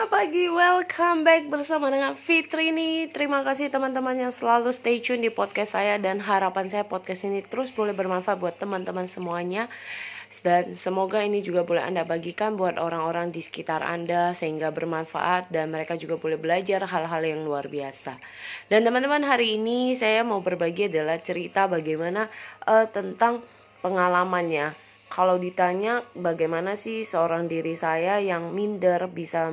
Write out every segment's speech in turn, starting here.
Selamat pagi, welcome back bersama dengan Fitri nih. Terima kasih teman-teman yang selalu stay tune di podcast saya. Dan harapan saya podcast ini terus boleh bermanfaat buat teman-teman semuanya. Dan semoga ini juga boleh Anda bagikan buat orang-orang di sekitar Anda, sehingga bermanfaat dan mereka juga boleh belajar hal-hal yang luar biasa. Dan teman-teman, hari ini saya mau berbagi adalah cerita bagaimana tentang pengalamannya. Kalau ditanya bagaimana sih seorang diri saya yang minder bisa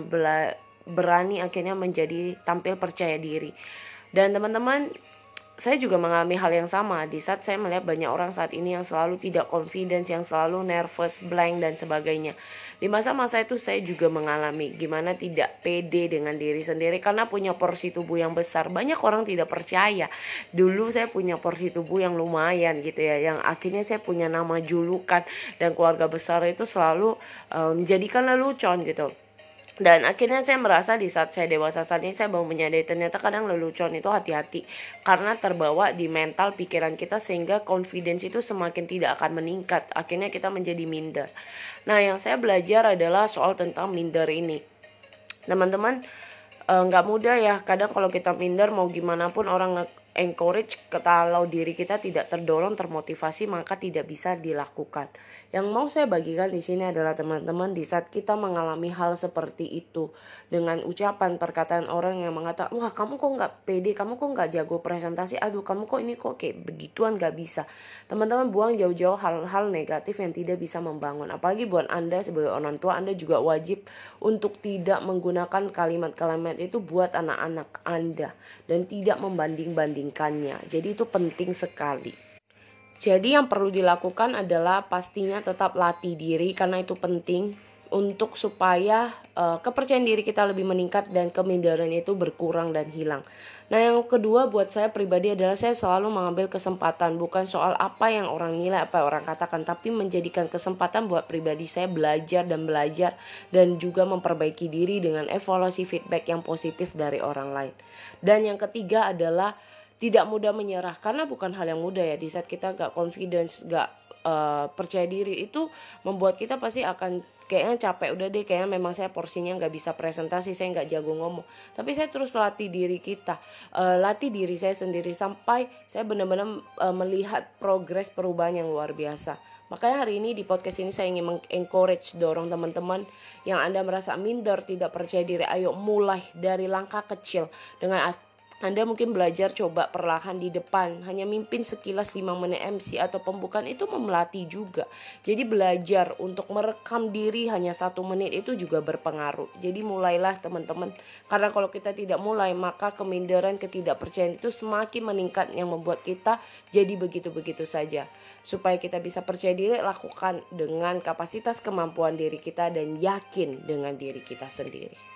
berani akhirnya menjadi tampil percaya diri. Dan teman-teman, saya juga mengalami hal yang sama di saat saya melihat banyak orang saat ini yang selalu tidak confidence, yang selalu nervous, blank dan sebagainya. Di masa-masa itu saya juga mengalami gimana tidak pede dengan diri sendiri karena punya porsi tubuh yang besar. Banyak orang tidak percaya. Dulu saya punya porsi tubuh yang lumayan gitu ya, yang akhirnya saya punya nama julukan dan keluarga besar itu selalu menjadikan lelucon gitu. Dan akhirnya saya merasa di saat saya dewasa saat ini saya baru menyadari ternyata kadang lelucon itu hati-hati, karena terbawa di mental pikiran kita sehingga confidence itu semakin tidak akan meningkat. Akhirnya kita menjadi minder. Nah, yang saya belajar adalah soal tentang minder ini. Teman-teman, nggak mudah ya. Kadang kalau kita minder mau gimana pun orang encourage, kalau diri kita tidak terdorong, termotivasi, maka tidak bisa dilakukan. Yang mau saya bagikan di sini adalah teman-teman, di saat kita mengalami hal seperti itu dengan ucapan perkataan orang yang mengatakan, wah kamu kok nggak pede, kamu kok nggak jago presentasi, aduh kamu kok ini kok kayak begituan, nggak bisa. Teman-teman, buang jauh-jauh hal-hal negatif yang tidak bisa membangun. Apalagi buat Anda sebagai orang tua, Anda juga wajib untuk tidak menggunakan kalimat-kalimat itu buat anak-anak Anda dan tidak membanding-bandingkannya. Jadi itu penting sekali. Jadi yang perlu dilakukan adalah pastinya tetap latih diri, karena itu penting untuk supaya kepercayaan diri kita lebih meningkat dan keminderan itu berkurang dan hilang. Nah, yang kedua buat saya pribadi adalah saya selalu mengambil kesempatan, bukan soal apa yang orang nilai, apa yang orang katakan, tapi menjadikan kesempatan buat pribadi saya belajar dan juga memperbaiki diri dengan evaluasi feedback yang positif dari orang lain. Dan yang ketiga adalah tidak mudah menyerah, karena bukan hal yang mudah ya. Di saat kita gak confidence, gak percaya diri, itu membuat kita pasti akan kayaknya capek, udah deh kayaknya memang saya porsinya gak bisa presentasi, saya gak jago ngomong. Tapi saya terus latih diri kita, latih diri saya sendiri sampai saya benar-benar melihat progres perubahan yang luar biasa. Makanya hari ini di podcast ini saya ingin mengencourage, dorong teman-teman yang Anda merasa minder, tidak percaya diri, ayo mulai dari langkah kecil. Dengan Anda mungkin belajar coba perlahan di depan, hanya mimpin sekilas 5 menit MC atau pembukaan itu melatih juga. Jadi belajar untuk merekam diri hanya 1 menit itu juga berpengaruh. Jadi mulailah teman-teman, karena kalau kita tidak mulai maka keminderan, ketidakpercayaan itu semakin meningkat yang membuat kita jadi begitu-begitu saja. Supaya kita bisa percaya diri, lakukan dengan kapasitas kemampuan diri kita dan yakin dengan diri kita sendiri.